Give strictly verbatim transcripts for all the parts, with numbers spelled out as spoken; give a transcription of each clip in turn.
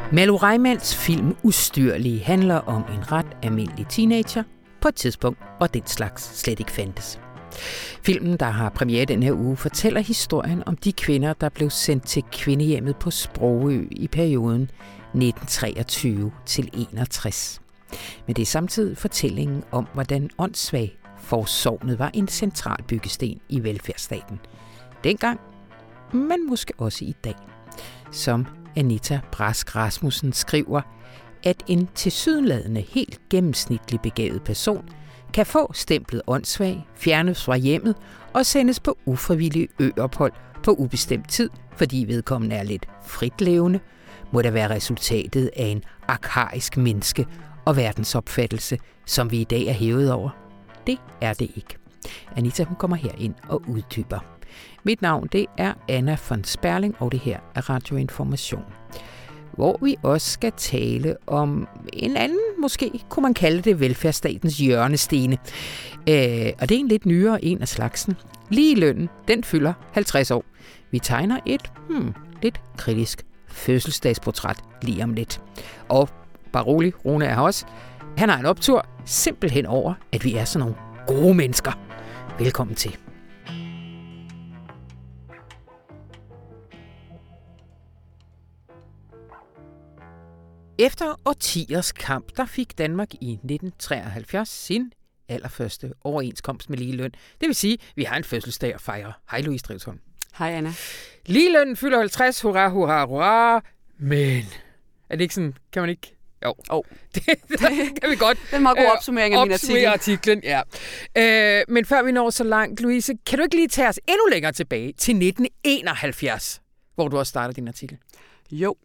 Malou Reimanns film Ustyrlige handler om en ret almindelig teenager på et tidspunkt, hvor den slags slet ikke fandtes. Filmen, der har premiere den her uge, fortæller historien om de kvinder, der blev sendt til kvindehjemmet på Sprogø i perioden nitten treogtyve til enogtres. Men det er samtidig fortællingen om, hvordan åndssvag forsorgnet var en central byggesten i velfærdsstaten. Dengang, men måske også i dag. Som Anita Brask Rasmussen skriver, at en tilsyneladende helt gennemsnitlig begavet person kan få stemplet åndssvag, fjernes fra hjemmet og sendes på ufrivillig øophold på ubestemt tid, fordi vedkommende er lidt fritlevende, må der være resultatet af en arkaisk menneske og verdensopfattelse, som vi i dag er hævet over. Det er det ikke. Anita hun kommer her ind og uddyber. Mit navn det er Anna von Sperling, og det her er Radio Information, hvor vi også skal tale om en anden, måske kunne man kalde det velfærdsstatens hjørnestene. Øh, og det er en lidt nyere en af slagsen. Ligelønnen, den fylder halvtreds år. Vi tegner et hmm, lidt kritisk fødselsdagsportræt lige om lidt. Og bare rolig, Rune er her også. Han har en optur simpelthen over, at vi er sådan nogle gode mennesker. Velkommen til. Efter årtiers kamp, der fik Danmark i nitten treoghalvfjerds sin allerførste overenskomst med ligeløn. Det vil sige, at vi har en fødselsdag at fejre. Hej Louise Drivsholm. Hej Anna. Ligelønnen fylder halvtreds, hurra, hurra, hurra. Men er det ikke sådan, kan man ikke? Jo, oh. det, det kan vi godt. Det er en meget god opsummering af øh, min artikel. artiklen, ja. Øh, men før vi når så langt, Louise, kan du ikke lige tage os endnu længere tilbage til nitten enoghalvfjerds, hvor du også starter din artikel? Jo.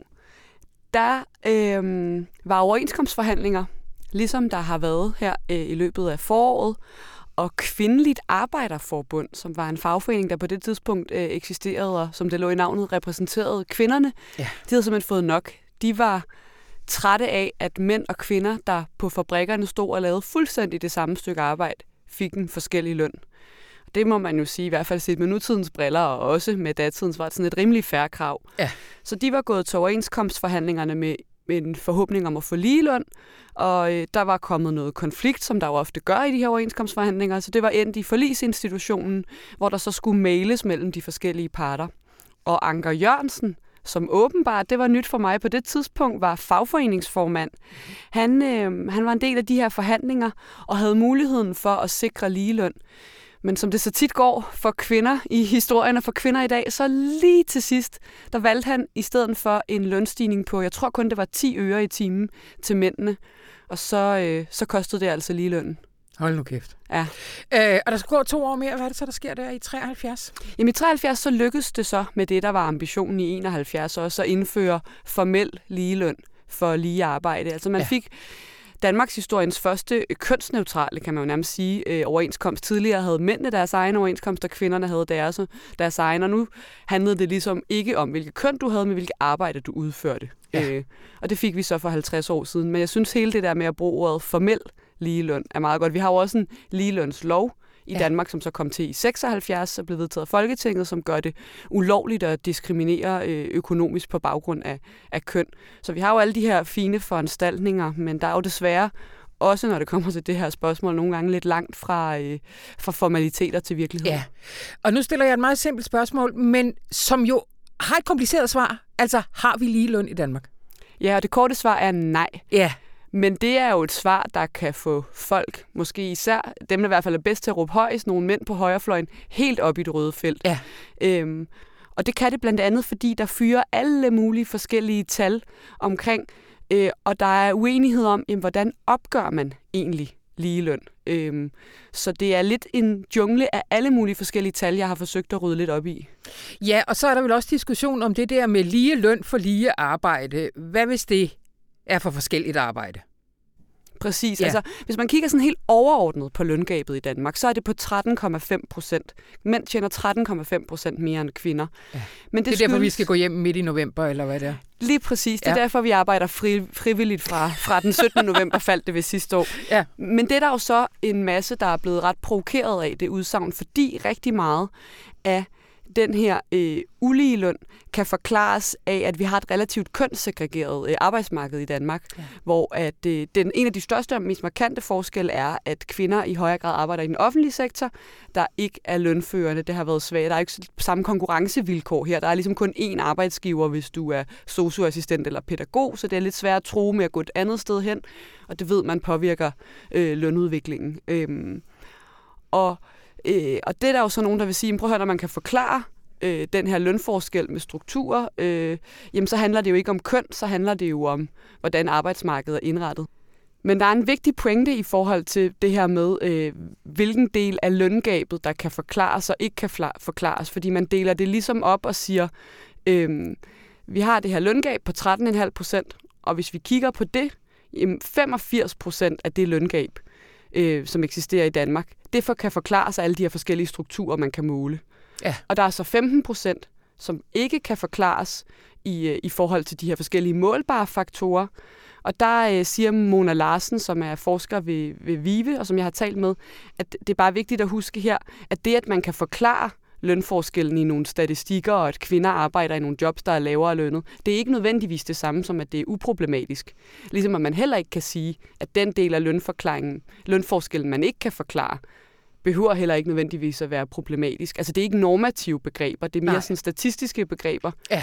Der øh, var overenskomstforhandlinger, ligesom der har været her øh, i løbet af foråret, og Kvindeligt Arbejderforbund, som var en fagforening, der på det tidspunkt øh, eksisterede, og som det lå i navnet, repræsenterede kvinderne. Ja. De havde simpelthen fået nok. De var trætte af, at mænd og kvinder, der på fabrikkerne stod og lavede fuldstændig det samme stykke arbejde, fik en forskellig løn. Det må man jo sige, i hvert fald set med nutidens briller, og også med datidens, var det sådan et rimelig fair krav. Ja. Så de var gået til overenskomstforhandlingerne med, med en forhåbning om at få ligeløn, og øh, der var kommet noget konflikt, som der jo ofte gør i de her overenskomstforhandlinger, så det var endt i forligsinstitutionen, hvor der så skulle mailes mellem de forskellige parter. Og Anker Jørgensen, som åbenbart, det var nyt for mig på det tidspunkt, var fagforeningsformand. Han, øh, han var en del af de her forhandlinger, og havde muligheden for at sikre ligeløn. Men som det så tit går for kvinder i historien og for kvinder i dag, så lige til sidst, der valgte han i stedet for en lønstigning på, jeg tror kun det var ti øre i timen til mændene. Og så, øh, så kostede det altså lige lønnen. Hold nu kæft. Ja. Øh, og der skal gå to år mere. Hvad er det så, der sker der i treoghalvfjerds? Jamen i treoghalvfjerds så lykkedes det så med det, der var ambitionen i enoghalvfjerds, også at indføre formel ligeløn for lige arbejde. Altså man ja. fik Danmarks historiens første kønsneutrale, kan man jo nærmest sige, øh, overenskomst. Tidligere havde mændene deres egen overenskomst, og kvinderne havde deres, deres egen, og nu handlede det ligesom ikke om, hvilket køn du havde, men hvilket arbejde du udførte. Ja. Øh, og det fik vi så for halvtreds år siden. Men jeg synes hele det der med at bruge ordet formel ligeløn er meget godt. Vi har jo også en ligelønslov i ja. Danmark, som så kom til i seksoghalvfjerds og blev vedtaget af Folketinget, som gør det ulovligt at diskriminere økonomisk på baggrund af, af køn. Så vi har jo alle de her fine foranstaltninger, men der er jo desværre også, når det kommer til det her spørgsmål, nogle gange lidt langt fra, øh, fra formaliteter til virkelighed. Ja, og nu stiller jeg et meget simpelt spørgsmål, men som jo har et kompliceret svar. Altså, har vi ligeløn i Danmark? Ja, og det korte svar er nej. Ja. Men det er jo et svar, der kan få folk, måske især dem, der i hvert fald er bedst til at råbe højst, nogle mænd på højrefløjen, helt op i det røde felt. Ja. Øhm, og det kan det blandt andet, fordi der fyrer alle mulige forskellige tal omkring, øh, og der er uenighed om, jamen, hvordan opgør man egentlig ligeløn. Øhm, så det er lidt en jungle af alle mulige forskellige tal, jeg har forsøgt at rydde lidt op i. Ja, og så er der vel også diskussion om det der med lige løn for lige arbejde. Hvad hvis det er for forskelligt arbejde? Præcis. Ja. Altså, hvis man kigger sådan helt overordnet på løngabet i Danmark, så er det på tretten komma fem procent. Mænd tjener tretten komma fem procent mere end kvinder. Ja. Men det, det er skyldes... derfor, vi skal gå hjem midt i november, eller hvad det er? Lige præcis. Det er ja. derfor, vi arbejder fri, frivilligt fra, fra den syttende november, faldt det ved sidste år. Ja. Men det er der jo så en masse, der er blevet ret provokeret af det udsagn, fordi rigtig meget af den her øh, ulige løn kan forklares af, at vi har et relativt kønssegregeret øh, arbejdsmarked i Danmark, ja. hvor at, øh, den, en af de største og mest markante forskelle er, at kvinder i højere grad arbejder i den offentlige sektor, der ikke er lønførende. Det har været svært. Der er ikke samme konkurrencevilkår her. Der er ligesom kun én arbejdsgiver, hvis du er sosu-assistent eller pædagog, så det er lidt svært at tro med at gå et andet sted hen, og det ved man påvirker øh, lønudviklingen. Øhm, og Øh, og det er der jo så nogen, der vil sige, prøv at høre, når man kan forklare øh, den her lønforskel med strukturer, øh, jamen så handler det jo ikke om køn, så handler det jo om, hvordan arbejdsmarkedet er indrettet. Men der er en vigtig pointe i forhold til det her med, øh, hvilken del af løngabet, der kan forklares og ikke kan forklares, fordi man deler det ligesom op og siger, øh, vi har det her løngab på tretten komma fem procent, og hvis vi kigger på det, jamen femogfirs procent af det løngab, øh, som eksisterer i Danmark, det for, kan forklares af alle de her forskellige strukturer, man kan måle. Ja. Og der er så femten procent, som ikke kan forklares i, i forhold til de her forskellige målbare faktorer. Og der øh, siger Mona Larsen, som er forsker ved, ved VIVE, og som jeg har talt med, at det er bare vigtigt at huske her, at det, at man kan forklare lønforskellen i nogle statistikker, og at kvinder arbejder i nogle jobs, der er lavere lønnet, det er ikke nødvendigvis det samme som, at det er uproblematisk. Ligesom at man heller ikke kan sige, at den del af lønforklaringen, lønforskellen, man ikke kan forklare, behøver heller ikke nødvendigvis at være problematisk. Altså det er ikke normative begreber, det er mere sådan statistiske begreber. Ja.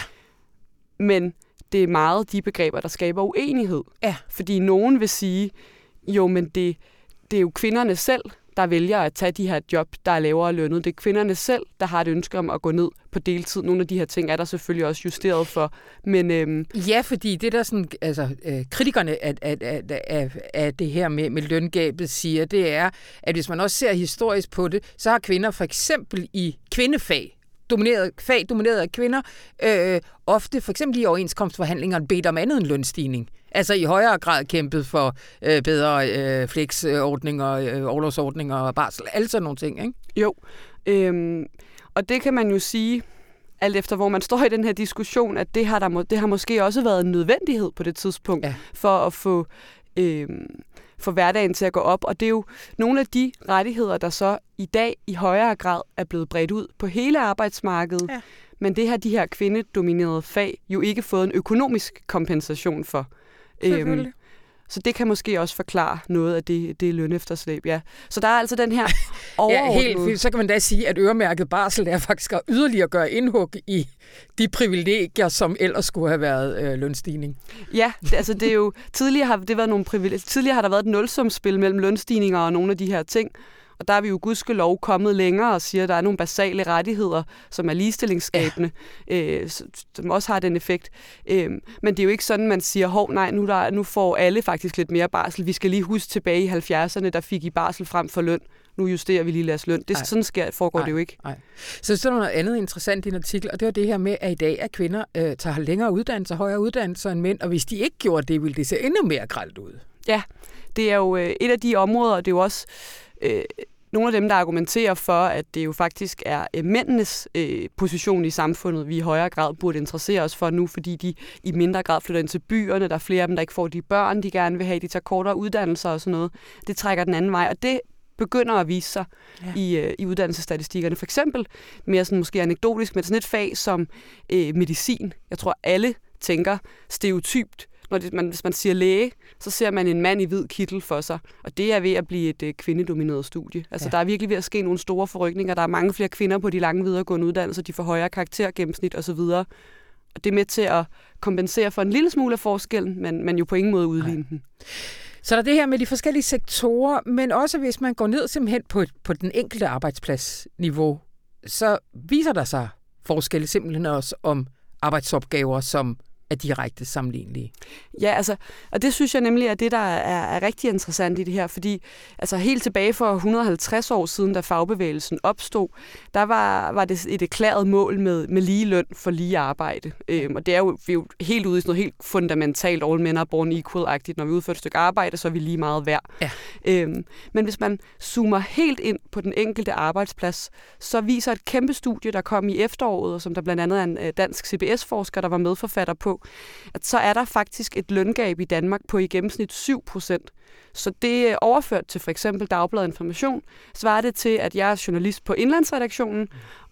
Men det er meget de begreber, der skaber uenighed. Ja. Fordi nogen vil sige, jo, men det, det er jo kvinderne selv, der vælger at tage de her job, der er lavere lønnet. Det er kvinderne selv, der har et ønske om at gå ned på deltid. Nogle af de her ting er der selvfølgelig også justeret for. Men, øhm... ja, fordi det der sådan, altså, øh, kritikerne af, af, af, af det her med, med løngabet siger, det er, at hvis man også ser historisk på det, så har kvinder for eksempel i kvindefag, domineret, fag domineret af kvinder, øh, ofte for eksempel i overenskomstforhandlingerne bedt om andet end lønstigning. Altså i højere grad kæmpet for øh, bedre øh, flexordninger, øh, orlovsordninger og barsel, alle sådan nogle ting, ikke? Jo, øhm, og det kan man jo sige, alt efter hvor man står i den her diskussion, at det har, der må, det har måske også været en nødvendighed på det tidspunkt, ja. for at få... Øhm, for hverdagen til at gå op, og det er jo nogle af de rettigheder, der så i dag i højere grad er blevet bredt ud på hele arbejdsmarkedet, ja. Men det har de her kvindedominerede fag jo ikke fået en økonomisk kompensation for. Øhm, så det kan måske også forklare noget af det, det lønefterslæb, ja. Så der er altså den her overordnede... Ja, helt, så kan man da sige, at øremærket barsel er faktisk at yderligere gøre indhug i de privilegier, som ellers skulle have været øh, lønstigning. Ja, det, altså det er jo... Tidligere har, det været nogle privilegier, tidligere har der været et nulsumsspil mellem lønstigninger og nogle af de her ting. Og der er vi jo gudskelov kommet længere og siger, at der er nogle basale rettigheder, som er ligestillingsskabende, ja. øh, som også har den effekt. Øh, men det er jo ikke sådan, man siger, hov, nej, nu, der, nu får alle faktisk lidt mere barsel. Vi skal lige huske tilbage i halvfjerdserne, der fik I barsel frem for løn. Nu justerer vi lige deres løn. Det, sådan sker, foregår Ej. det jo ikke. Ej. Så der er noget andet interessant i en artikel, og det var det her med, at i dag er kvinder øh, tager længere uddannelser, højere uddannelser end mænd, og hvis de ikke gjorde det, ville det se endnu mere grelt ud. Ja, det er jo øh, et af de områder, og det er jo også... Øh, Nogle af dem, der argumenterer for, at det jo faktisk er øh, mændenes øh, position i samfundet, vi i højere grad burde interessere os for nu, fordi de i mindre grad flytter ind til byerne. Der er flere af dem, der ikke får de børn, de gerne vil have. De tager kortere uddannelser og sådan noget. Det trækker den anden vej, og det begynder at vise sig ja. i, øh, i uddannelsesstatistikkerne. For eksempel, mere sådan måske anekdotisk, med sådan et fag som øh, medicin. Jeg tror, alle tænker stereotypt. Når det, man, hvis man siger læge, så ser man en mand i hvid kittel for sig, og det er ved at blive et øh, kvindedomineret studie. Altså, ja. Der er virkelig ved at ske nogle store forrykninger. Der er mange flere kvinder på de lange videregående uddannelser, de får højere karaktergennemsnit osv. Og det er med til at kompensere for en lille smule af forskellen, men, men jo på ingen måde udligne den. Så der er det her med de forskellige sektorer, men også hvis man går ned simpelthen på, på den enkelte arbejdspladsniveau, så viser der sig forskelle simpelthen også om arbejdsopgaver, som er direkte sammenlignelige. Ja, altså, og det synes jeg nemlig er det, der er, er rigtig interessant i det her, fordi altså helt tilbage for et hundrede og halvtreds år siden, da fagbevægelsen opstod, der var, var det et erklæret mål med, med lige løn for lige arbejde. Øhm, og det er jo, vi er jo helt ude i sådan noget helt fundamentalt, all men are born equal-agtigt. Når vi udfører et stykke arbejde, så er vi lige meget værd. Ja. Øhm, men hvis man zoomer helt ind på den enkelte arbejdsplads, så viser et kæmpe studie, der kom i efteråret, og som der blandt andet er en dansk C B S-forsker, der var medforfatter på, at så er der faktisk et løngab i Danmark på i gennemsnit syv procent. Så det er overført til for eksempel Dagbladet Information, svarer det til, at jeg er journalist på indlandsredaktionen,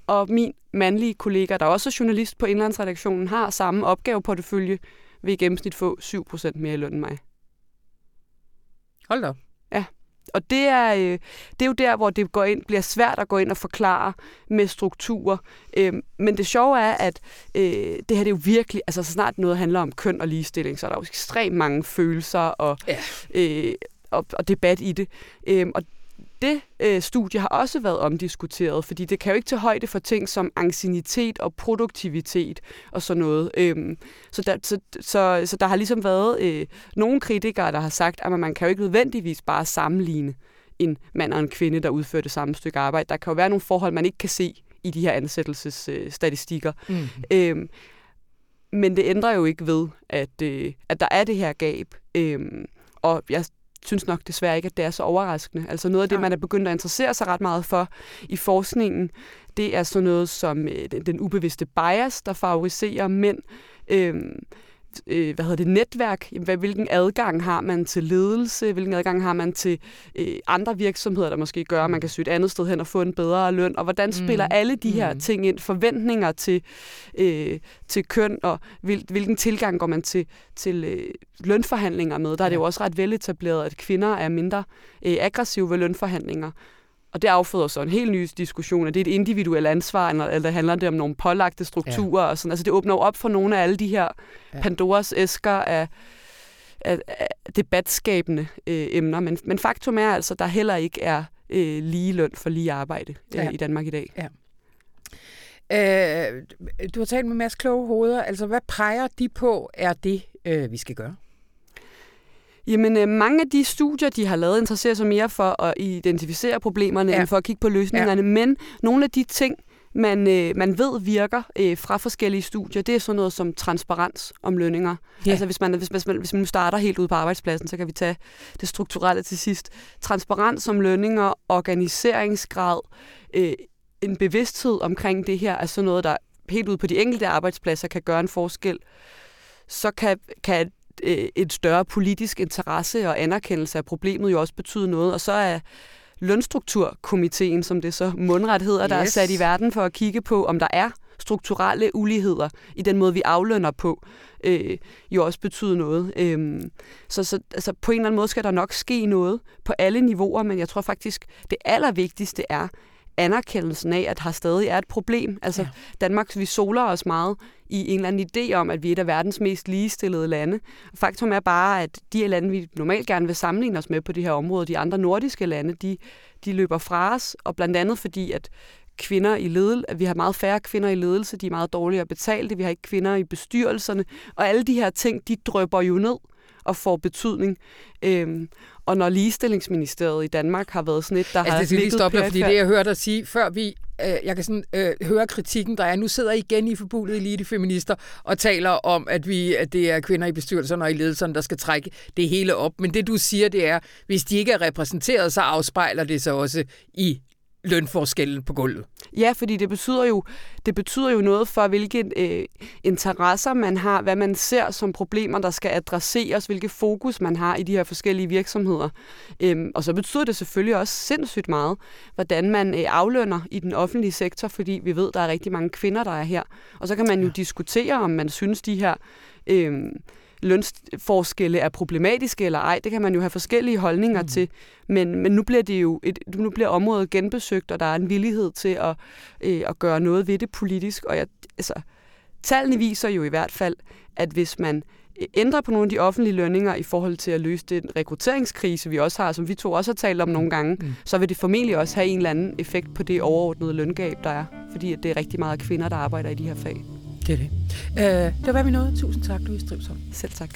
og min mandlige kollega, der også er journalist på indlandsredaktionen, har samme opgaveportefølje, vil i gennemsnit få syv procent mere i løn end mig. Hold da. Ja, og det er, øh, det er jo der, hvor det går ind, bliver svært at gå ind og forklare med strukturer. Øh, men det sjove er, at øh, det her det er jo virkelig, altså så snart noget handler om køn og ligestilling, så er der jo ekstremt mange følelser og, ja. øh, og, og debat i det. Øh, og det øh, studie har også været omdiskuteret, fordi det kan jo ikke tage højde for ting som anciennitet og produktivitet og sådan noget. Øhm, så, der, så, så, så der har ligesom været øh, nogle kritikere, der har sagt, at man kan jo ikke nødvendigvis bare sammenligne en mand og en kvinde, der udfører det samme stykke arbejde. Der kan jo være nogle forhold, man ikke kan se i de her ansættelsesstatistikker. Øh, mm. øhm, men det ændrer jo ikke ved, at, øh, at der er det her gab. Øhm, og jeg synes nok desværre ikke, at det er så overraskende. Altså noget af det, man er begyndt at interessere sig ret meget for i forskningen, det er sådan noget som øh, den, den ubevidste bias, der favoriserer mænd. Øh, øh, hvad hedder det, netværk? Jamen, hvilken adgang har man til ledelse? Hvilken adgang har man til øh, andre virksomheder, der måske gør, at man kan søge et andet sted hen og få en bedre løn? Og hvordan spiller mm. alle de her mm. ting ind? Forventninger til, øh, til køn, og hvil, hvilken tilgang går man til, til øh, lønforhandlinger med? Der er det jo også ret veletableret, at kvinder er mindre øh, aggressive ved lønforhandlinger. Og det afføder så en helt ny diskussion, at det er et individuelt ansvar, eller handler det om nogle pålagte strukturer ja. og sådan. Altså det åbner jo op for nogle af alle de her ja. Pandoras æsker af, af, af debatskabende øh, emner. Men, men faktum er altså, at der heller ikke er øh, lige løn for lige arbejde øh, ja. i Danmark i dag. Ja. Øh, du har talt med Mads kloge hoveder. Altså hvad peger de på, er det, øh, vi skal gøre? Jamen, øh, mange af de studier, de har lavet, interesserer sig mere for at identificere problemerne, ja. end for at kigge på løsningerne. Ja. Men nogle af de ting, man, øh, man ved virker øh, fra forskellige studier, det er sådan noget som transparens om lønninger. Ja. Altså, hvis man, hvis, hvis, man, hvis man nu starter helt ude på arbejdspladsen, så kan vi tage det strukturelle til sidst. Transparens om lønninger, organiseringsgrad, øh, en bevidsthed omkring det her, er sådan noget, der helt ude på de enkelte arbejdspladser kan gøre en forskel. Så kan, kan et større politisk interesse og anerkendelse af problemet jo også betyder noget. Og så er lønstrukturkomiteen, som det så mundret hedder, yes. der er sat i verden for at kigge på, om der er strukturelle uligheder i den måde, vi aflønner på, øh, jo også betyder noget. Øhm, så så altså, på en eller anden måde skal der nok ske noget på alle niveauer, men jeg tror faktisk, det allervigtigste er anerkendelsen af, at der stadig er et problem. Altså ja. Danmark, vi soler os meget i en eller anden idé om, at vi er et af verdens mest ligestillede lande. Faktum er bare, at de lande, vi normalt gerne vil sammenligne os med på det her område, de andre nordiske lande, de, de løber fra os, og blandt andet fordi, at kvinder i ledelse, at vi har meget færre kvinder i ledelse, de er meget dårligere betalte, vi har ikke kvinder i bestyrelserne, og alle de her ting, de drypper jo ned og får betydning. Øhm, og når ligestillingsministeriet i Danmark har været sådan et, der altså, har... Altså det skal lige stoppe, fordi det jeg hørte dig sige, før vi... Øh, jeg kan sådan øh, høre kritikken, der er. Nu sidder I igen i forbulet elitefeminister og taler om, at, vi, at det er kvinder i bestyrelserne og i ledelserne, der skal trække det hele op. Men det du siger, det er, hvis de ikke er repræsenteret, så afspejler det sig også i lønforskellen på gulvet. Ja, fordi det betyder jo, det betyder jo noget for, hvilke øh, interesser man har, hvad man ser som problemer, der skal adresseres, hvilke fokus man har i de her forskellige virksomheder. Øhm, og så betyder det selvfølgelig også sindssygt meget, hvordan man øh, aflønner i den offentlige sektor, fordi vi ved, der er rigtig mange kvinder, der er her. Og så kan man jo ja. diskutere, om man synes, de her... Øh, lønforskelle er problematiske eller ej. Det kan man jo have forskellige holdninger mm. til. Men, men nu bliver det jo et, nu bliver området genbesøgt, og der er en villighed til at, øh, at gøre noget ved det politisk. Og jeg, altså, tallene viser jo i hvert fald, at hvis man ændrer på nogle af de offentlige lønninger i forhold til at løse den rekrutteringskrise, vi også har, som vi to også har talt om nogle gange, mm. så vil det formentlig også have en eller anden effekt på det overordnede løngab, der er. Fordi at det er rigtig meget kvinder, der arbejder i de her fag. Det er det. Øh, det var, hvad vi nåede. Tusind tak, Louise Drivsholm. Selv tak.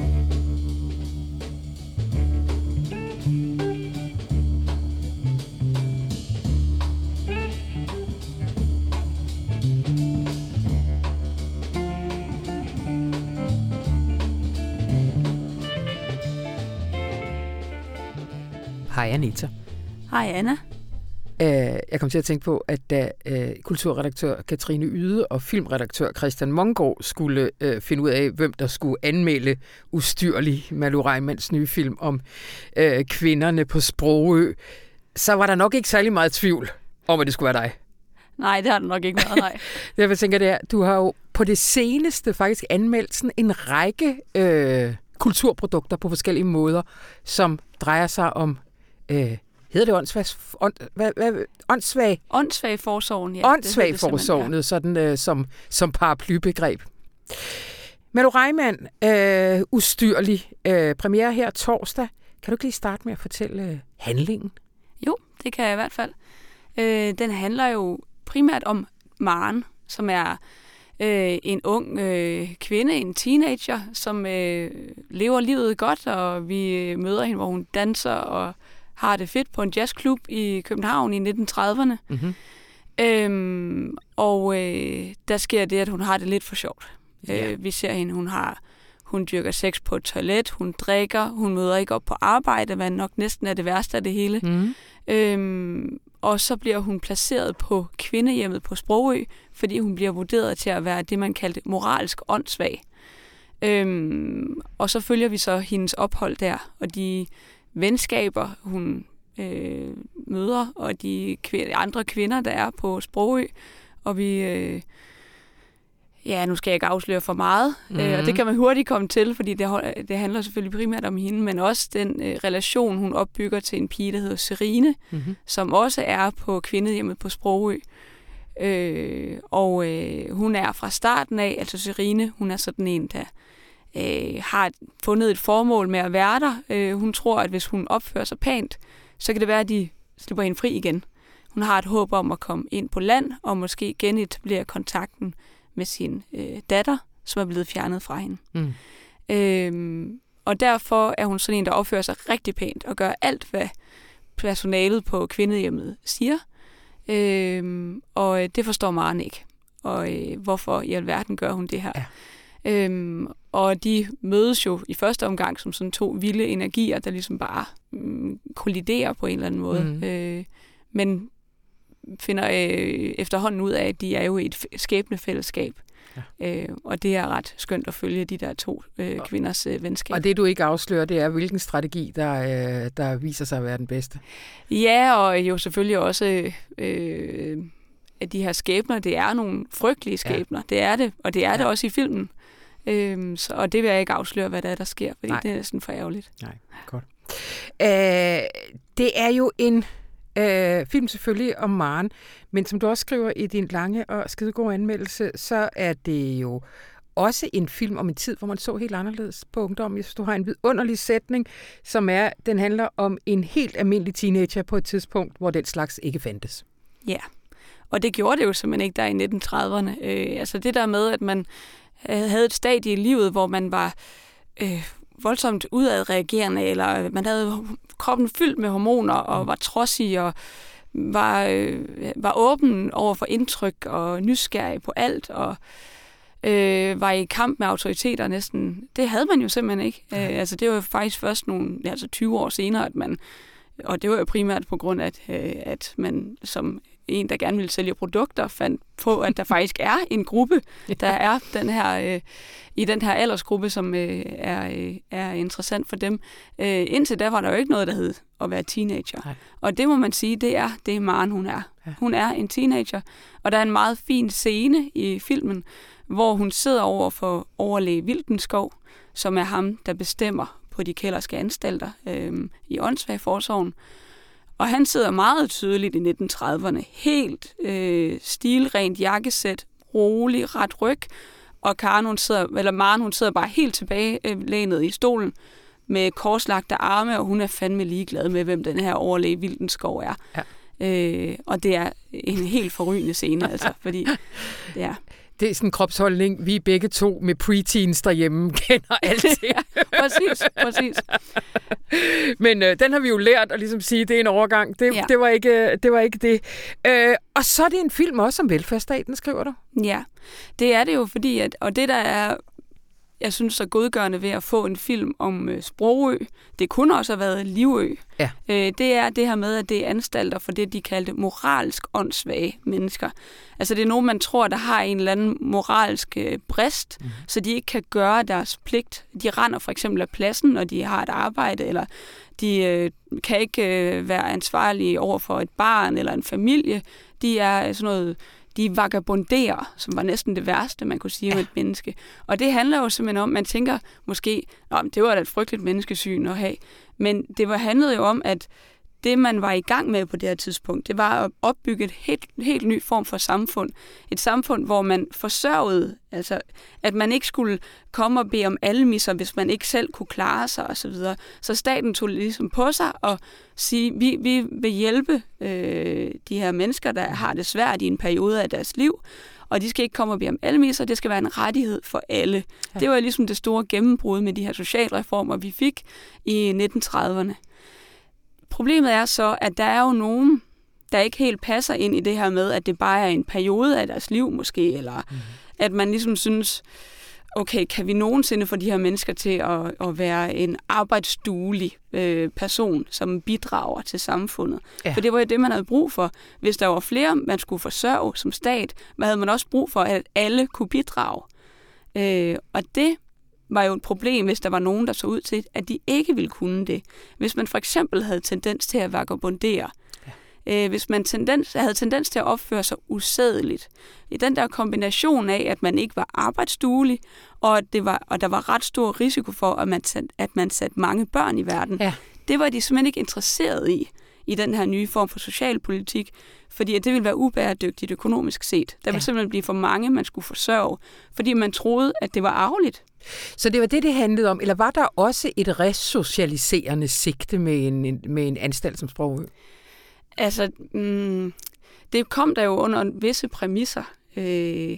Hej Anita. Hej Anna. Jeg kom til at tænke på, at da kulturredaktør Katrine Yde og filmredaktør Christian Mongård skulle finde ud af, hvem der skulle anmelde Ustyrlig, Malou Reimanns nye film om kvinderne på Sprogø, så var der nok ikke særlig meget tvivl om, at det skulle være dig. Nej, det har du nok ikke været, nej. Jeg tænker, det er, du har jo på det seneste faktisk anmeldt sådan en række øh, kulturprodukter på forskellige måder, som drejer sig om, øh, hedder det åndssvag? Ånd, hvad, hvad, åndssvag? Åndssvag forsorgen, ja. Åndssvag forsorgen, sådan øh, som, som paraplybegreb. Mette Reimann, øh, ustyrlig øh, premiere her torsdag. Kan du ikke lige starte med at fortælle øh, handlingen? Jo, det kan jeg i hvert fald. Øh, den handler jo primært om Maren, som er øh, en ung øh, kvinde, en teenager, som øh, lever livet godt, og vi møder hende, hvor hun danser og har det fedt på en jazzklub i København i nitten trediverne. Mm-hmm. Øhm, og øh, der sker det, at hun har det lidt for sjovt. Yeah. Øh, vi ser hende, hun har hun dyrker sex på et toilet, hun drikker, hun møder ikke op på arbejde, hvad nok næsten er det værste af det hele. Mm. Øhm, og så bliver hun placeret på kvindehjemmet på Sprogø, fordi hun bliver vurderet til at være det, man kaldte moralsk åndssvag. Øhm, og så følger vi så hendes ophold der, og de venskaber, hun øh, møder, og de kv- andre kvinder, der er på Sprogø, og vi... Øh, Ja, nu skal jeg ikke afsløre for meget, mm-hmm. øh, og det kan man hurtigt komme til, fordi det, det handler selvfølgelig primært om hende, men også den øh, relation, hun opbygger til en pige, der hedder Serine, mm-hmm. som også er på kvindehjemmet på Sprogø. Øh, og øh, hun er fra starten af, altså Serine, hun er sådan en, der øh, har fundet et formål med at være der. Øh, hun tror, at hvis hun opfører sig pænt, så kan det være, at de slipper hende fri igen. Hun har et håb om at komme ind på land, og måske genetablere kontakten med sin øh, datter, som er blevet fjernet fra hende. Mm. Øhm, og derfor er hun sådan en, der opfører sig rigtig pænt og gør alt, hvad personalet på kvindehjemmet siger. Øhm, og det forstår Maren ikke. Og øh, hvorfor i alverden gør hun det her? Ja. Øhm, og de mødes jo i første omgang som sådan to vilde energier, der ligesom bare mm, kolliderer på en eller anden måde. Mm. Øh, men finder øh, efterhånden ud af, at de er jo i et skæbnefællesskab. Ja. Øh, og det er ret skønt at følge de der to øh, kvinders øh, venskab. Og det, du ikke afslører, det er, hvilken strategi, der, øh, der viser sig at være den bedste. Ja, og jo selvfølgelig også, øh, at de her skæbner, det er nogle frygtelige skæbner. Ja. Det er det, og det er ja. det også i filmen. Øh, så, og det vil jeg ikke afsløre, hvad der er, der sker, fordi Nej. det er næsten for ærgerligt. Nej, godt. Æh, det er jo en... Øh, film selvfølgelig om Maren, men som du også skriver i din lange og skidegode anmeldelse, så er det jo også en film om en tid, hvor man så helt anderledes på ungdommen. Jeg synes, du har en vidunderlig sætning, som er, den handler om en helt almindelig teenager på et tidspunkt, hvor den slags ikke fandtes. Ja, og det gjorde det jo simpelthen ikke der i nitten trediverne. Øh, altså det der med, at man havde et stadie i livet, hvor man var... Øh, voldsomt udadreagerende, eller man havde kroppen fyldt med hormoner, og var trodsig, og var, øh, var åben over for indtryk, og nysgerrig på alt, og øh, var i kamp med autoriteter næsten. Det havde man jo simpelthen ikke. Øh, altså, det var jo faktisk først nogle, altså tyve år senere, at man, og det var jo primært på grund af, at, øh, at man som en, der gerne ville sælge produkter, fandt på, at der faktisk er en gruppe, der er den her, øh, i den her aldersgruppe, som øh, er, øh, er interessant for dem. Øh, indtil da var der jo ikke noget, der hed at være teenager. Nej. Og det må man sige, det er det er Maren, hun er. Ja. Hun er en teenager, og der er en meget fin scene i filmen, hvor hun sidder over for overlæge Wildenskov, som er ham, der bestemmer på de kælderske anstalter øh, i åndssvagforsorgen. Og han sidder meget tydeligt i nitten trediverne, helt øh, stilrent jakkesæt, rolig, ret ryg, og Karen, hun sidder, eller Maren, hun sidder bare helt tilbage øh, lænet i stolen med korslagte arme, og hun er fandme ligeglad med, hvem den her overlæge Wildenskov er. Ja. Øh, og det er en helt forrygende scene, altså, fordi det er... Det er sådan en kropsholdning, vi begge to med preteens derhjemme kender altid. Ja, præcis, præcis. Men øh, den har vi jo lært at ligesom sige, at det er en overgang. Det, ja. det, var, ikke, det var ikke det. Øh, og så er det en film også om velfærdsstaten, skriver du? Ja, det er det jo, fordi, at, og det der er jeg synes er godgørende ved at få en film om øh, Sprogø. Det kunne også have været Livø. Ja. Øh, det er det her med, at det er anstalter for det, de kaldte moralsk åndssvage mennesker. Altså det er nogen, man tror, der har en eller anden moralsk øh, brist, mm. så de ikke kan gøre deres pligt. De render for eksempel af pladsen, når de har et arbejde, eller de øh, kan ikke øh, være ansvarlige over for et barn eller en familie. De er sådan noget... De vagabonderer, som var næsten det værste, man kunne sige om et menneske. Og det handler jo simpelthen om, man tænker måske, det var da et frygteligt menneskesyn at have. Men det var, handlede jo om, at det, man var i gang med på det her tidspunkt, det var at opbygge et helt, helt ny form for samfund. Et samfund, hvor man forsørgede, altså at man ikke skulle komme og bede om almisser, hvis man ikke selv kunne klare sig osv. Så, så staten tog ligesom på sig og sige, vi, vi vil hjælpe øh, de her mennesker, der har det svært i en periode af deres liv, og de skal ikke komme og bede om almisser, det skal være en rettighed for alle. Ja. Det var ligesom det store gennembrud med de her socialreformer, vi fik i nitten trediverne. Problemet er så, at der er jo nogen, der ikke helt passer ind i det her med, at det bare er en periode af deres liv måske, eller mm. at man ligesom synes, okay, kan vi nogensinde få de her mennesker til at, at være en arbejdsduelig øh, person, som bidrager til samfundet? Ja. For det var jo det, man havde brug for. Hvis der var flere, man skulle forsørge som stat, hvad havde man også brug for, at alle kunne bidrage? Øh, og det var jo et problem, hvis der var nogen, der så ud til, at de ikke ville kunne det. Hvis man for eksempel havde tendens til at vagabondere, ja. øh, hvis man tendens, havde tendens til at opføre sig usædeligt, i den der kombination af, at man ikke var arbejdsduelig, og, at det var, og der var ret stor risiko for, at man, at man satte mange børn i verden, ja. Det var de simpelthen ikke interesseret i, i den her nye form for socialpolitik, fordi at det ville være ubæredygtigt økonomisk set. Der ville ja. simpelthen blive for mange, man skulle forsørge, fordi man troede, at det var arveligt. Så det var det, det handlede om, eller var der også et resocialiserende sigte med en, med en anstalt som Sprogø? Altså, mm, det kom der jo under visse præmisser. Øh,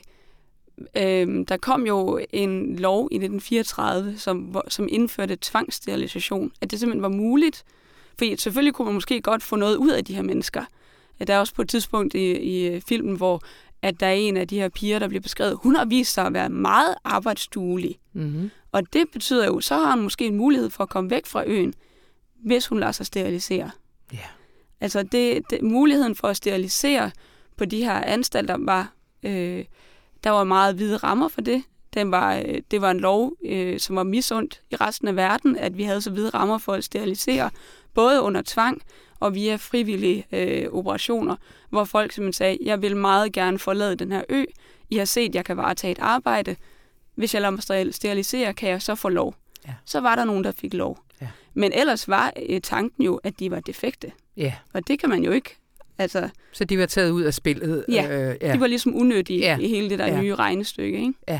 øh, der kom jo en lov i nitten fireogtredive, som, som indførte tvangssterilisation, at det simpelthen var muligt. For selvfølgelig kunne man måske godt få noget ud af de her mennesker. Der er også på et tidspunkt i, i filmen, hvor at der er en af de her piger, der bliver beskrevet, hun har vist sig at være meget arbejdsduelig. Mm-hmm. Og det betyder jo, så har hun måske en mulighed for at komme væk fra øen, hvis hun lader sig sterilisere. Yeah. Altså det, det, muligheden for at sterilisere på de her anstalter var, øh, der var meget hvide rammer for det. Den var, øh, det var en lov, øh, som var misundt i resten af verden, at vi havde så hvide rammer for at sterilisere, både under tvang og via frivillige øh, operationer, hvor folk simpelthen sagde, jeg vil meget gerne forlade den her ø. I har set, at jeg kan varetage et arbejde. Hvis jeg lader mig sterilisere, kan jeg så få lov. Ja. Så var der nogen, der fik lov. Ja. Men ellers var øh, tanken jo, at de var defekte. Ja. Og det kan man jo ikke. Altså, så de var taget ud af spillet? Ja, øh, ja. De var ligesom unødige ja. i hele det der ja. nye regnestykke. Ikke? Ja.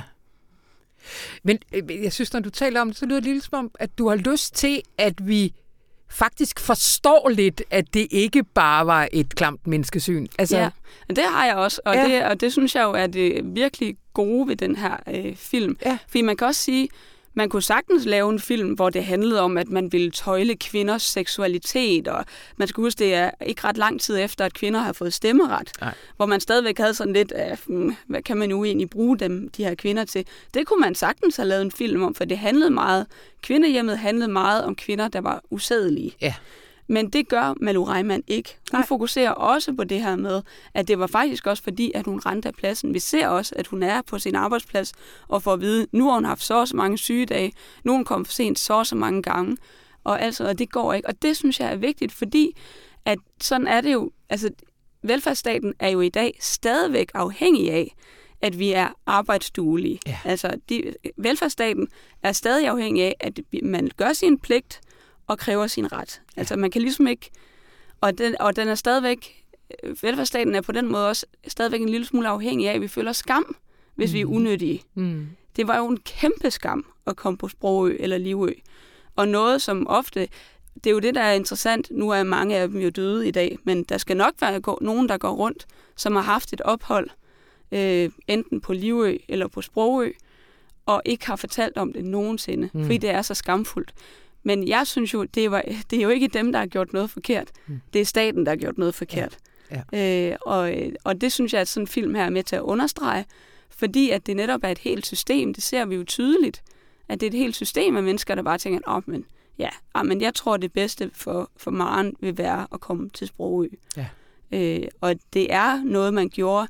Men øh, jeg synes, når du taler om det, så lyder det lidt som om, at du har lyst til, at vi faktisk forstår lidt, at det ikke bare var et klamt menneskesyn. Altså... Ja, det har jeg også, og, ja. det, og det synes jeg jo er det virkelig gode ved den her øh, film. Ja. Fordi man kan også sige, man kunne sagtens lave en film, hvor det handlede om, at man ville tøjle kvinders seksualitet, og man skal huske, det er ikke ret lang tid efter, at kvinder har fået stemmeret, Nej. hvor man stadigvæk havde sådan lidt af, hvad kan man nu egentlig bruge dem, de her kvinder til. Det kunne man sagtens have lavet en film om, for det handlede meget, kvindehjemmet handlede meget om kvinder, der var usædelige. Ja. Men det gør Malou Reimann ikke. Hun Nej. fokuserer også på det her med, at det var faktisk også fordi, at hun rendte af pladsen. Vi ser også, at hun er på sin arbejdsplads og får at vide, nu har hun haft så og så mange sygedage, nu har hun kommet for sent så og så mange gange, og, altså, og det går ikke. Og det synes jeg er vigtigt, fordi at sådan er det jo, altså velfærdsstaten er jo i dag stadigvæk afhængig af, at vi er arbejdsduelige. Ja. Altså de, velfærdsstaten er stadig afhængig af, at man gør sin pligt, og kræver sin ret. Altså man kan ligesom ikke, og den, og den er stadigvæk, velfærdsstaten er på den måde også stadigvæk en lille smule afhængig af, at vi føler skam, hvis mm. vi er unødige. Mm. Det var jo en kæmpe skam at komme på Sprogø eller Livø. Og noget som ofte, det er jo det, der er interessant, nu er mange af dem jo døde i dag, men der skal nok være nogen, der går rundt, som har haft et ophold, øh, enten på Livø eller på Sprogø, og ikke har fortalt om det nogensinde, mm. fordi det er så skamfuldt. Men jeg synes jo, det, var, det er jo ikke dem, der har gjort noget forkert. Mm. Det er staten, der har gjort noget forkert. Ja. Ja. Øh, og, og det synes jeg, at sådan en film her er med til at understrege, fordi at det netop er et helt system. Det ser vi jo tydeligt. At det er et helt system af mennesker, der bare tænker, åh, men ja, ah, men jeg tror, det bedste for, for Maren vil være at komme til Sprogø. Ja. Øh, og det er noget, man gjorde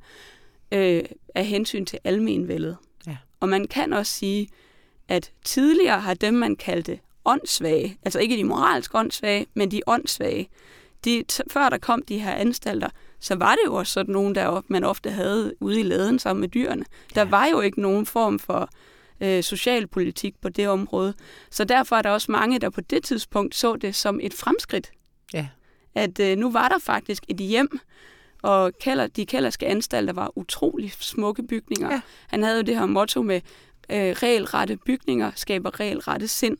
øh, af hensyn til almenvældet. Ja. Og man kan også sige, at tidligere har dem, man kaldte åndssvage, altså ikke de moralsk åndssvage, men de åndssvage, de, før der kom de her anstalter, så var det jo også sådan nogen, der man ofte havde ude i laden sammen med dyrene. Der ja. var jo ikke nogen form for øh, socialpolitik på det område. Så derfor er der også mange, der på det tidspunkt så det som et fremskridt. Ja. At øh, nu var der faktisk et hjem, og Keller, de kellerske anstalter var utrolig smukke bygninger. Ja. Han havde jo det her motto med øh, regelrette bygninger skaber regelrette sind.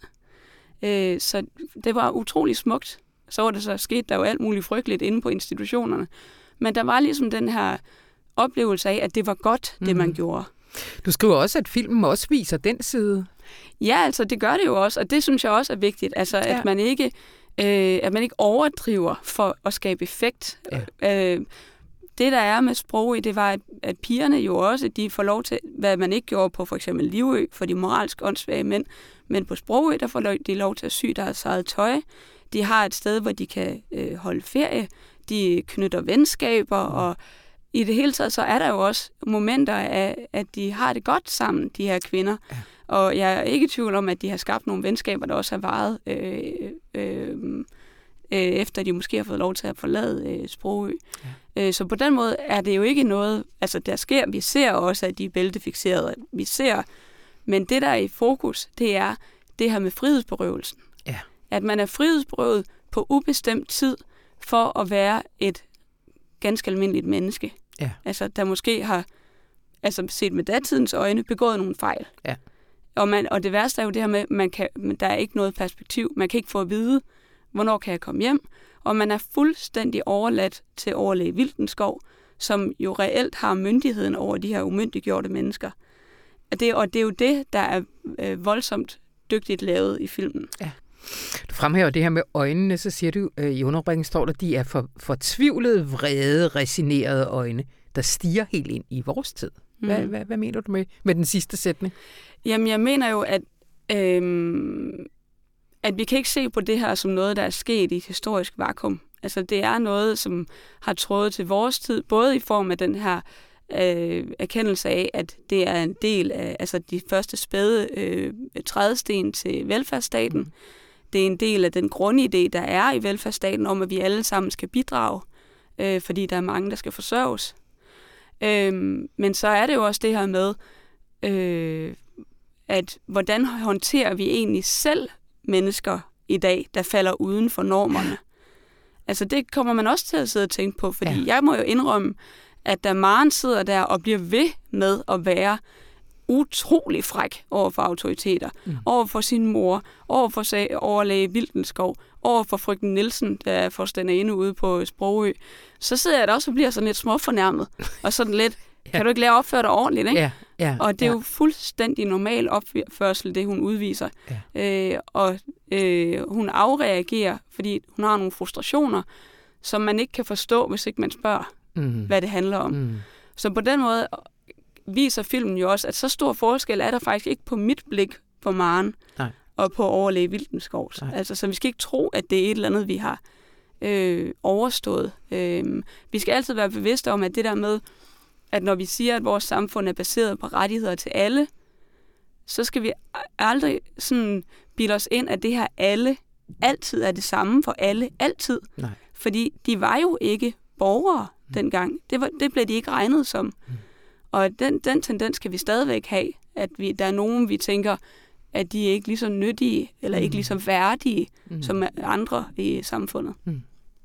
Øh, så det var utrolig smukt. Så var det så sket der jo alt muligt frygteligt inde på institutionerne. Men der var ligesom den her oplevelse af, at det var godt, det mm. man gjorde. Du skriver også, at filmen også viser den side. Ja, altså det gør det jo også, og det synes jeg også er vigtigt. Altså at ja. man ikke øh, at man ikke overdriver for at skabe effekt. Ja. Øh, det der er med Sprogø, det var, at, at pigerne jo også, de får lov til, hvad man ikke gjorde på for eksempel Livø, for de moralsk åndssvage mænd, men på Sprogø, der får de lov til at sy deres eget tøj. De har et sted, hvor de kan øh, holde ferie. De knytter venskaber, mm. og i det hele taget, så er der jo også momenter af, at de har det godt sammen, de her kvinder. Ja. Og jeg er ikke i tvivl om, at de har skabt nogle venskaber, der også har varet, øh, øh, øh, efter de måske har fået lov til at forlade øh, Sprogø. Ja. Øh, så på den måde er det jo ikke noget, altså der sker, vi ser også, at de er bæltefixerede. Vi ser, men det der er i fokus, det er det her med frihedsberøvelsen. Ja. At man er frihedsberøvet på ubestemt tid for at være et ganske almindeligt menneske. Ja. Altså, der måske har, altså set med datidens øjne, begået nogle fejl. Ja. Og, man, og det værste er jo det her med, man kan, der er ikke noget perspektiv. Man kan ikke få at vide, hvornår kan jeg komme hjem. Og man er fuldstændig overladt til overlæge Wildenskov, som jo reelt har myndigheden over de her umyndiggjorte mennesker. Og det, og det er jo det, der er øh, voldsomt dygtigt lavet i filmen. Ja. Du fremhæver det her med øjnene, så siger du, øh, i underbringen står der, de er for, fortvivlede, vrede, resignerede øjne, der stiger helt ind i vores tid. Hvad, mm. hvad, hvad mener du med, med den sidste sætning? Jamen, jeg mener jo, at, øhm, at vi kan ikke se på det her som noget, der er sket i et historisk vakuum. Altså, det er noget, som har trådet til vores tid, både i form af den her øh, erkendelse af, at det er en del af altså, de første spæde øh, trædesten til velfærdsstaten. Mm. Det er en del af den grundidé, der er i velfærdsstaten, om at vi alle sammen skal bidrage, øh, fordi der er mange, der skal forsørges. Øh, men så er det jo også det her med, øh, at hvordan håndterer vi egentlig selv mennesker i dag, der falder uden for normerne? Altså det kommer man også til at sidde og tænke på, fordi ja. jeg må jo indrømme, at da Maren sidder der og bliver ved med at være utrolig fræk over for autoriteter, mm. over for sin mor, over for sag, overlæge Wildenskov, over for frøken Nielsen, der er forstanderinde ude på Sprogø, så sidder jeg der også og bliver sådan lidt småfornærmet, og sådan lidt, ja. kan du ikke lære at opføre dig ordentligt, ikke? Ja, ja, og det er ja. jo fuldstændig normal opførsel, det hun udviser. Ja. Øh, og øh, hun afreagerer, fordi hun har nogle frustrationer, som man ikke kan forstå, hvis ikke man spørger, mm. hvad det handler om. Mm. Så på den måde viser filmen jo også, at så stor forskel er der faktisk ikke på mit blik på Maren Nej. og på overlæge Wildenskovs. Altså, så vi skal ikke tro, at det er et eller andet, vi har øh, overstået. Øh, vi skal altid være bevidste om, at det der med, at når vi siger, at vores samfund er baseret på rettigheder til alle, så skal vi aldrig sådan bilde os ind, at det her alle altid er det samme for alle, altid. Nej. Fordi de var jo ikke borgere mm. dengang. Det, var, det blev de ikke regnet som. Mm. Og den, den tendens kan vi stadigvæk have, at vi, der er nogen, vi tænker, at de er ikke lige så nyttige, eller mm. ikke lige så værdige, mm. som andre i samfundet. Mm.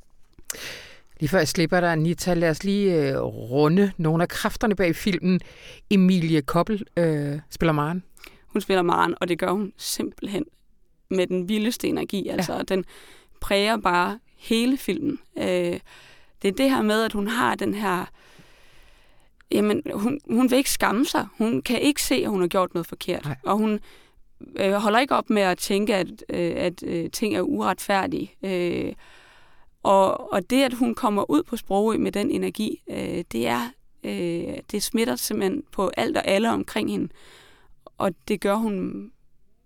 Lige før jeg slipper dig, Anita, lad os lige øh, runde nogle af kræfterne bag filmen. Emilie Koppel øh, spiller Maren. Hun spiller Maren, og det gør hun simpelthen med den vildeste energi. Altså, ja. Den præger bare hele filmen. Øh, det er det her med, at hun har den her... Jamen, hun, hun vil ikke skamme sig. Hun kan ikke se, at hun har gjort noget forkert. Nej. Og hun øh, holder ikke op med at tænke, at, øh, at øh, ting er uretfærdige. Øh, og, og det, at hun kommer ud på Sprogø med den energi, øh, det er øh, det smitter simpelthen på alt og alle omkring hende. Og det gør hun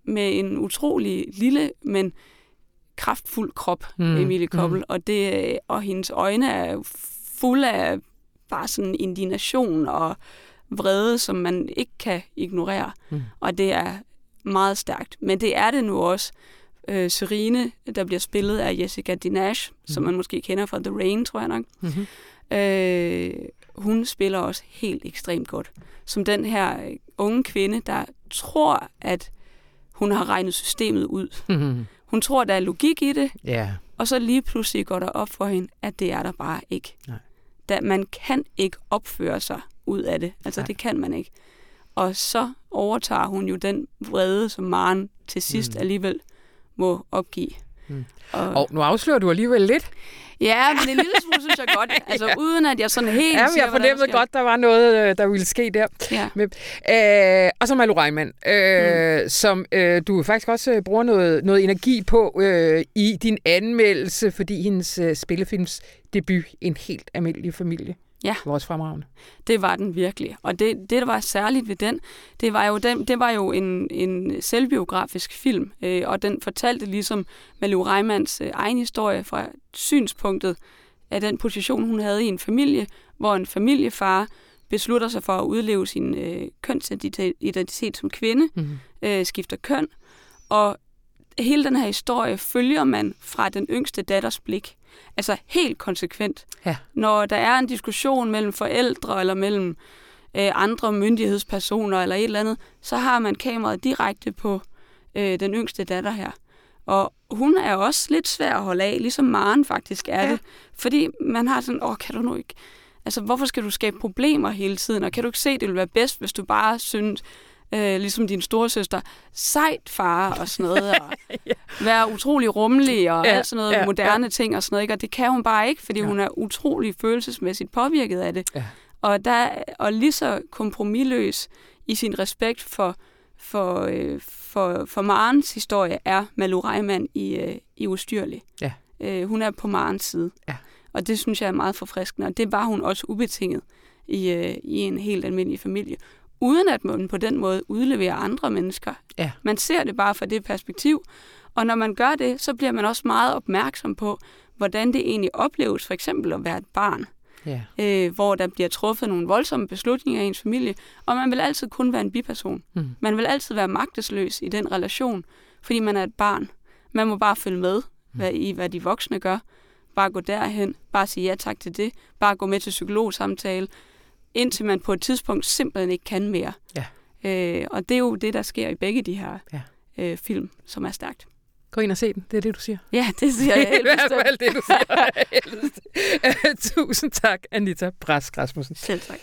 med en utrolig lille, men kraftfuld krop, mm. Emilie Koppel. Mm. Og, det, og hendes øjne er fulde af bare sådan indignation og vrede, som man ikke kan ignorere. Mm. Og det er meget stærkt. Men det er det nu også. Øh, Serine, der bliver spillet af Jessica Dinage, mm. som man måske kender fra The Rain, tror jeg nok. Mm-hmm. Øh, hun spiller også helt ekstremt godt. Som den her unge kvinde, der tror, at hun har regnet systemet ud. Mm-hmm. Hun tror, der er logik i det, yeah. og så lige pludselig går der op for hende, at det er der bare ikke. Nej. Da man kan ikke opføre sig ud af det. Altså, Nej. Det kan man ikke. Og så overtager hun jo den vrede, som Maren til sidst mm. alligevel må opgive. Mm. Og, og nu afslører du alligevel lidt. Ja, men en lille smule synes jeg godt. Altså ja. Uden at jeg sådan helt ja, siger, jeg fornemmede der godt, der var noget, der ville ske der. Ja. Men, øh, og så Malou Reimann, øh, mm. som øh, du faktisk også bruger noget, noget energi på øh, i din anmeldelse, fordi hendes øh, spillefilms debut, En helt almindelig familie. Ja. Vores fremragende. Det var den virkelig. Og det, det der var særligt ved den, det var jo, den, det var jo en, en selvbiografisk film, øh, og den fortalte ligesom Malou Reimanns øh, egen historie fra synspunktet af den position, hun havde i en familie, hvor en familiefar beslutter sig for at udleve sin øh, kønsidentitet som kvinde, mm-hmm. øh, skifter køn, og hele den her historie følger man fra den yngste datters blik. Altså helt konsekvent. Ja. Når der er en diskussion mellem forældre eller mellem øh, andre myndighedspersoner eller et eller andet, så har man kameraet direkte på øh, den yngste datter her. Og hun er også lidt svær at holde af, ligesom Maren faktisk er ja. det. Fordi man har sådan, åh, kan du nu ikke... Altså, hvorfor skal du skabe problemer hele tiden? Og kan du ikke se, det ville være bedst, hvis du bare synes... Øh, ligesom din storesøster, sejt far og sådan noget, og ja. være utrolig rummelig og ja, alt sådan noget ja, moderne ja. ting og sådan noget, ikke? Og det kan hun bare ikke, fordi ja. hun er utrolig følelsesmæssigt påvirket af det. Ja. Og, der, og lige så kompromisløs i sin respekt for, for, øh, for, for Marens historie er Malou Reimann i, øh, i Ustyrlig. Ja. Øh, hun er på Marens side. Ja. Og det synes jeg er meget forfriskende, og det var hun også ubetinget i, øh, i en helt almindelig familie. Uden at man på den måde udleverer andre mennesker. Ja. Man ser det bare fra det perspektiv, og når man gør det, så bliver man også meget opmærksom på, hvordan det egentlig opleves, for eksempel at være et barn, ja. øh, hvor der bliver truffet nogle voldsomme beslutninger i ens familie, og man vil altid kun være en biperson. Mm. Man vil altid være magtesløs i den relation, fordi man er et barn. Man må bare følge med hvad, i, hvad de voksne gør. Bare gå derhen, bare sige ja tak til det, bare gå med til psykologsamtale, indtil man på et tidspunkt simpelthen ikke kan mere. Ja. Øh, og det er jo det, der sker i begge de her ja. øh, film, som er stærkt. Gå ind og se den, det er det, du siger. Ja, det siger jeg helt bestemt. Det er i hvert fald det, du siger. Tusind tak, Anita Brask Rasmussen. Selv tak.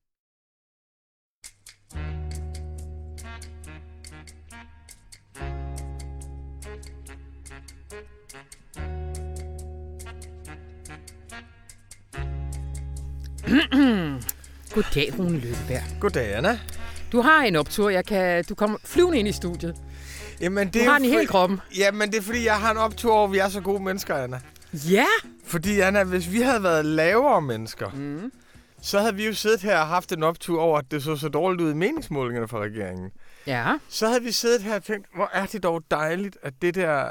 Goddag, Rune Lykkeberg. Goddag, Anna. Du har en optur. Jeg kan, du kommer flyvende ind i studiet. Jamen, det du er har den i for... hele kroppen. Jamen, det er fordi, jeg har en optur over, vi er så gode mennesker, Anna. Ja! Fordi, Anna, hvis vi havde været lavere mennesker, mm. så havde vi jo siddet her og haft en optur over, at det så så dårligt ud i meningsmålingerne for regeringen. Ja. Så havde vi siddet her og tænkt, hvor er det dog dejligt, at det der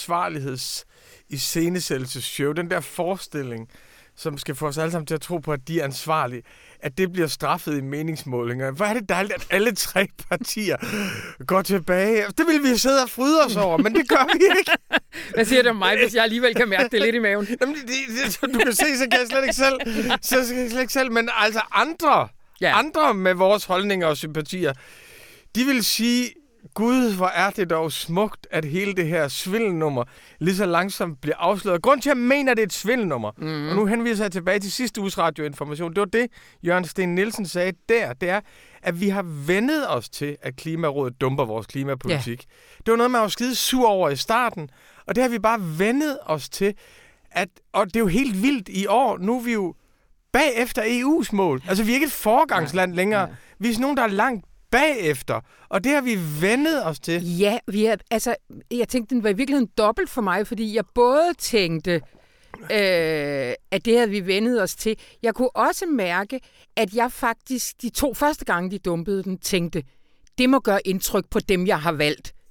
ansvarligheds-iscenesættelsesshow, den der forestilling, som skal få os alle sammen til at tro på, at de er ansvarlige, at det bliver straffet i meningsmålinger. Hvor er det dejligt, at alle tre partier går tilbage. Det vil vi sidde og fryde os over, men det gør vi ikke. Hvad siger du om mig, hvis jeg alligevel kan mærke det lidt i maven? Jamen, det, det, du kan se, så kan jeg slet ikke selv. Så kan jeg slet ikke selv. Men altså andre, ja. andre med vores holdninger og sympatier, de vil sige, Gud, hvor er det dog smukt, at hele det her svindelnummer lige så langsomt bliver afsløret. Grund til, at jeg mener, at det er et svindelnummer, mm. og nu henviser jeg tilbage til sidste uges radioinformation, det var det, Jørgen Sten Nielsen sagde der, det er, at vi har vendet os til, at Klimarådet dumper vores klimapolitik. Yeah. Det var noget, man var skide sur over i starten, og det har vi bare vendet os til, at, og det er jo helt vildt i år, nu er vi jo bagefter E U's mål. Altså, vi er ikke et foregangsland længere. Ja. Vi er sådan nogen, der er langt bagefter, og det har vi vendet os til. Ja, vi har, altså, jeg tænkte, den var i virkeligheden dobbelt for mig, fordi jeg både tænkte, øh, at det havde vi vendet os til. Jeg kunne også mærke, at jeg faktisk, de to første gange, de dumpede den, tænkte, det må gøre indtryk på dem, jeg har valgt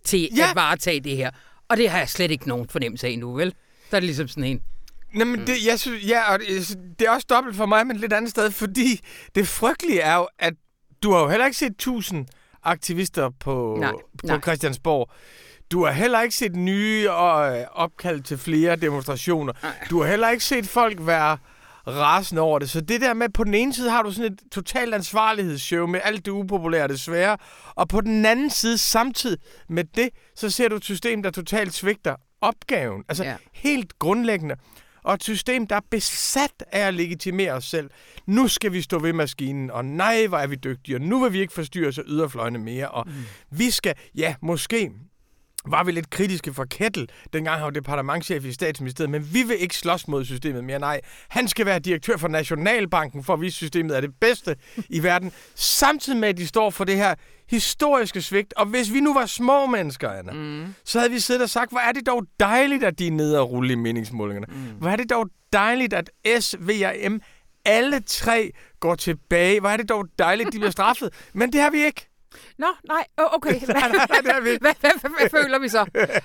til ja. at varetage det her. Og det har jeg slet ikke nogen fornemmelse af nu, vel? Der er det ligesom sådan en... Nå, men det, jeg synes, ja, og det, det er også dobbelt for mig, men et lidt andet sted, fordi det frygtelige er jo, at du har jo heller ikke set tusind aktivister på, nej, på nej. Christiansborg. Du har heller ikke set nye og opkald til flere demonstrationer. Nej. Du har heller ikke set folk være rasende over det. Så det der med, på den ene side har du sådan et totalt ansvarlighedsshow med alt det upopulære, det svære, og på den anden side, samtidig med det, så ser du et system, der totalt svigter opgaven. Altså ja. helt grundlæggende. Og et system, der er besat af at legitimere os selv. Nu skal vi stå ved maskinen, og nej, hvor er vi dygtige, og nu vil vi ikke forstyrre sig yderfløjene mere, og mm. vi skal, ja, måske var vi lidt kritiske for Kettel, dengang han var departementschef i Statsministeriet, men vi vil ikke slås mod systemet mere, nej. Han skal være direktør for Nationalbanken, for at vise systemet er det bedste i verden, samtidig med, at de står for det her historiske svigt. Og hvis vi nu var små mennesker, Anna, mm. så havde vi siddet og sagt, hvor er det dog dejligt, at de er nede og rulle i meningsmålingerne. Mm. Hvor er det dog dejligt, at S, V og M, alle tre går tilbage. Hvor er det dog dejligt, at de bliver straffet. Men det har vi ikke. Nå, nej, okay. Hvad, nej, nej, det har vi ikke. Hvad, hvad, hvad, hvad føler vi så?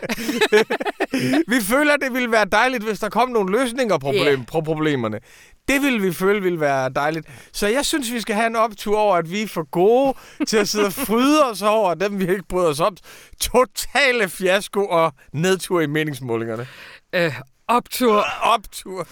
Vi føler, at det ville være dejligt, hvis der kom nogle løsninger på, problem, yeah. på problemerne. Det ville vi føle ville være dejligt. Så jeg synes, vi skal have en optur over, at vi er for gode til at sidde og fryde os over dem, vi ikke bryder os om. Totale fiasko og nedtur i meningsmålingerne. Øh, optur. Optur.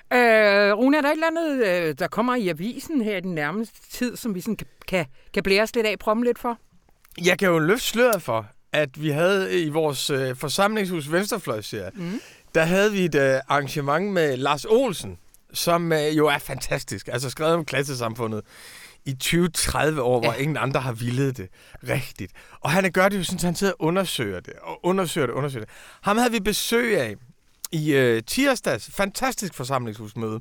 Øh, Rune, er der et eller andet, øh, der kommer i avisen her i den nærmeste tid, som vi sådan kan, kan, kan blære os lidt af, promme lidt for? Jeg kan jo løfte sløret for, at vi havde i vores øh, forsamlingshus Venstrefløjsserie, mm. der havde vi et øh, arrangement med Lars Olsen, som øh, jo er fantastisk. Altså skrevet om klassesamfundet i tyve til tredive år, hvor ja. ingen andre har villet det rigtigt. Og han gør det jo sådan, at han sidder og undersøger det, og undersøger det, undersøger det. Ham havde vi besøg af i øh, tirsdags. Fantastisk forsamlingshusmøde.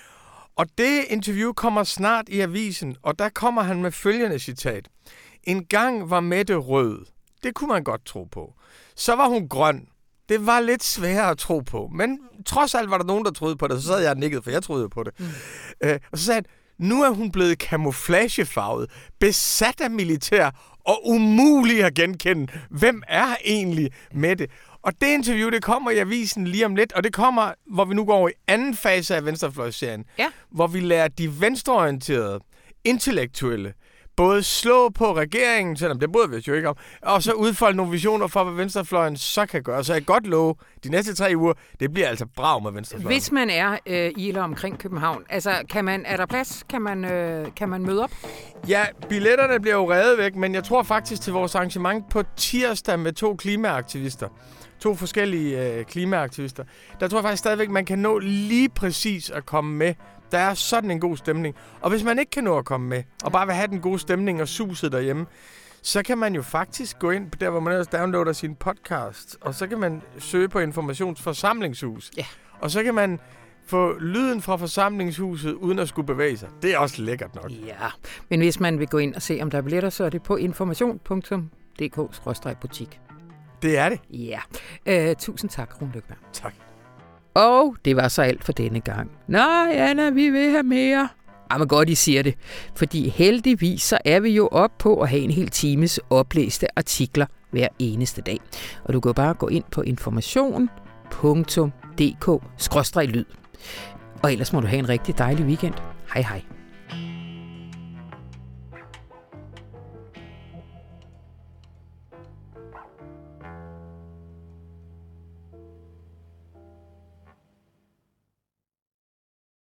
Og det interview kommer snart i avisen, og der kommer han med følgende citat. En gang var Mette rød. Det kunne man godt tro på. Så var hun grøn. Det var lidt sværere at tro på. Men trods alt var der nogen, der troede på det. Så sad jeg og nikkede, for jeg troede på det. Mm. Øh, og så sagde han, nu er hun blevet camouflagefarvet, besat af militær og umulig at genkende. Hvem er egentlig Mette? Og det interview, det kommer i avisen lige om lidt, og det kommer, hvor vi nu går over i anden fase af Venstrefløjsserien, ja. hvor vi lærer de venstreorienterede, intellektuelle, både slå på regeringen, selvom det bryder vi os jo ikke om, og så udfolde nogle visioner for, hvad venstrefløjen så kan gøre. Så jeg kan godt love, de næste tre uger, det bliver altså brav med venstrefløjen. Hvis man er øh, i eller omkring København, altså kan man, er der plads? Kan man, øh, kan man møde op? Ja, billetterne bliver jo revet væk, men jeg tror faktisk til vores arrangement på tirsdag med to klimaaktivister, to forskellige øh, klimaaktivister, der tror jeg faktisk stadigvæk, man kan nå lige præcis at komme med. Der er sådan en god stemning. Og hvis man ikke kan nå at komme med, og bare vil have den gode stemning og suset derhjemme, så kan man jo faktisk gå ind der, hvor man ellers downloader sin podcast, og så kan man søge på Informationsforsamlingshus. Ja. Og så kan man få lyden fra forsamlingshuset, uden at skulle bevæge sig. Det er også lækkert nok. Ja, men hvis man vil gå ind og se, om der er billetter, så er det på information punktum d k skråstreg butik. Det er det. Ja. Øh, tusind tak, Rune Lykkeberg. Tak. Og det var så alt for denne gang. Nej, Anna, vi vil have mere. Jamen godt, I siger det. Fordi heldigvis så er vi jo op på at have en hel times oplæste artikler hver eneste dag. Og du kan bare gå ind på information punktum d k skråstreg lyd. Og ellers må du have en rigtig dejlig weekend. Hej hej.